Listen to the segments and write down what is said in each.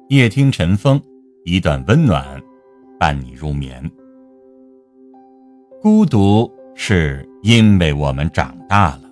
夜听晨风，一段温暖伴你入眠。孤独是因为我们长大了。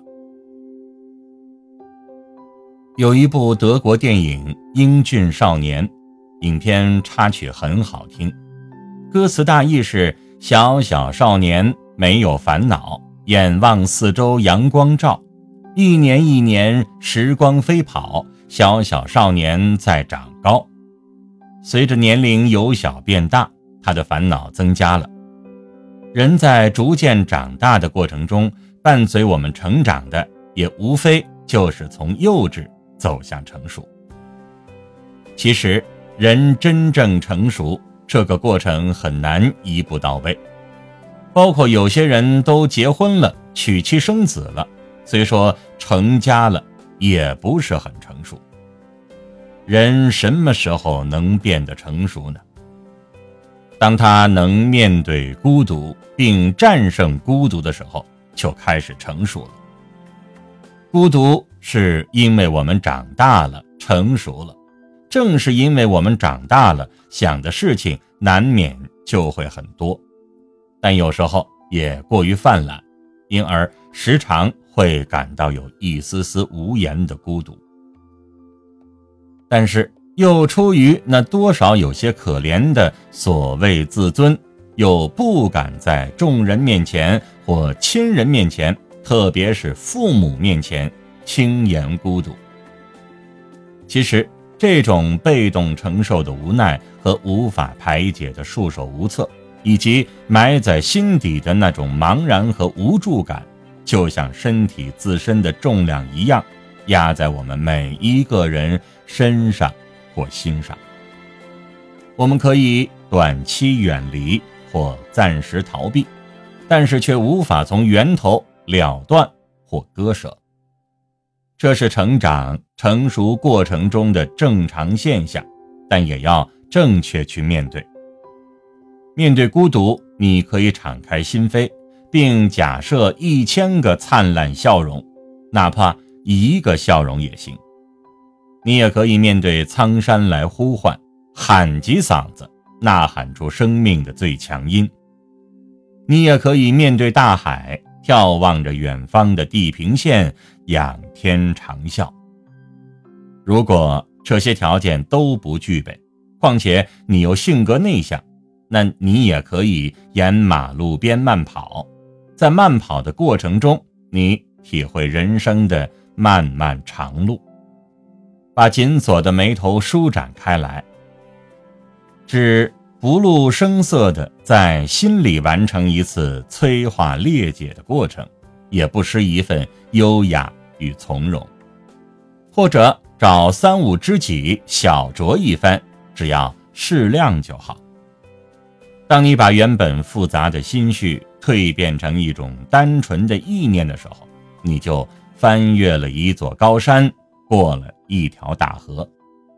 有一部德国电影《英俊少年》，影片插曲很好听，歌词大意是：小小少年没有烦恼，眼望四周阳光照，一年一年时光飞跑，小小少年在长高。随着年龄由小变大，他的烦恼增加了。人在逐渐长大的过程中，伴随我们成长的也无非就是从幼稚走向成熟。其实人真正成熟这个过程很难一步到位，包括有些人都结婚了，娶妻生子了，虽说成家了，也不是很成熟。人什么时候能变得成熟呢？当他能面对孤独并战胜孤独的时候，就开始成熟了。孤独是因为我们长大了，成熟了。正是因为我们长大了，想的事情难免就会很多，但有时候也过于泛滥，因而时常会感到有一丝丝无言的孤独。但是又出于那多少有些可怜的所谓自尊，又不敢在众人面前或亲人面前，特别是父母面前轻言孤独。其实这种被动承受的无奈和无法排解的束手无策，以及埋在心底的那种茫然和无助感，就像身体自身的重量一样，压在我们每一个人身上或心上。我们可以短期远离或暂时逃避，但是却无法从源头了断或割舍。这是成长成熟过程中的正常现象，但也要正确去面对。面对孤独，你可以敞开心扉，并假设1000个灿烂笑容，哪怕1个笑容也行。你也可以面对苍山来呼唤，喊几嗓子，呐喊出生命的最强音。你也可以面对大海，眺望着远方的地平线，仰天长啸。如果这些条件都不具备，况且你又性格内向，那你也可以沿马路边慢跑，在慢跑的过程中，你体会人生的漫漫长路，把紧锁的眉头舒展开来，只不露声色地在心里完成一次催化裂解的过程，也不失一份优雅与从容。或者找3、5知己小酌一番，只要适量就好。当你把原本复杂的心绪蜕变成一种单纯的意念的时候，你就翻越了一座高山，过了一条大河。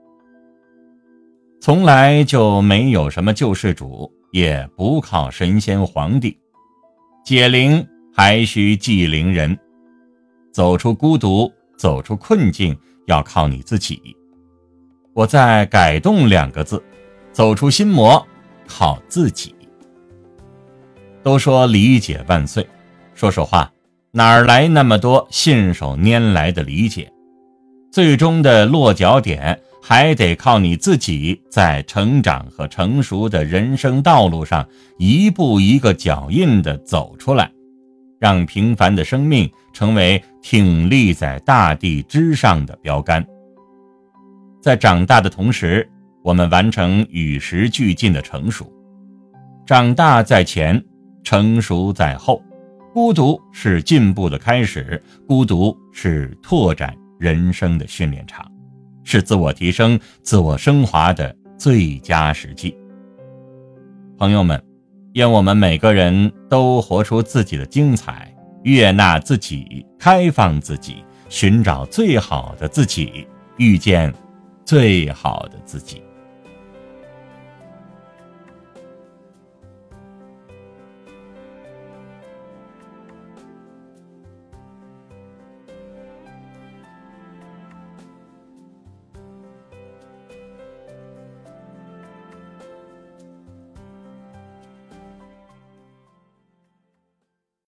从来就没有什么救世主，也不靠神仙皇帝，解铃还需系铃人。走出孤独，走出困境，要靠你自己。我在改动2个字，走出心魔，靠自己。都说理解万岁，说实话，哪儿来那么多信手拈来的理解？最终的落脚点还得靠你自己在成长和成熟的人生道路上一步一个脚印地走出来，让平凡的生命成为挺立在大地之上的标杆。在长大的同时，我们完成与时俱进的成熟。长大在前，成熟在后。孤独是进步的开始，孤独是拓展人生的训练场，是自我提升、自我升华的最佳时机。朋友们，愿我们每个人都活出自己的精彩，悦纳自己，开放自己，寻找最好的自己，遇见最好的自己。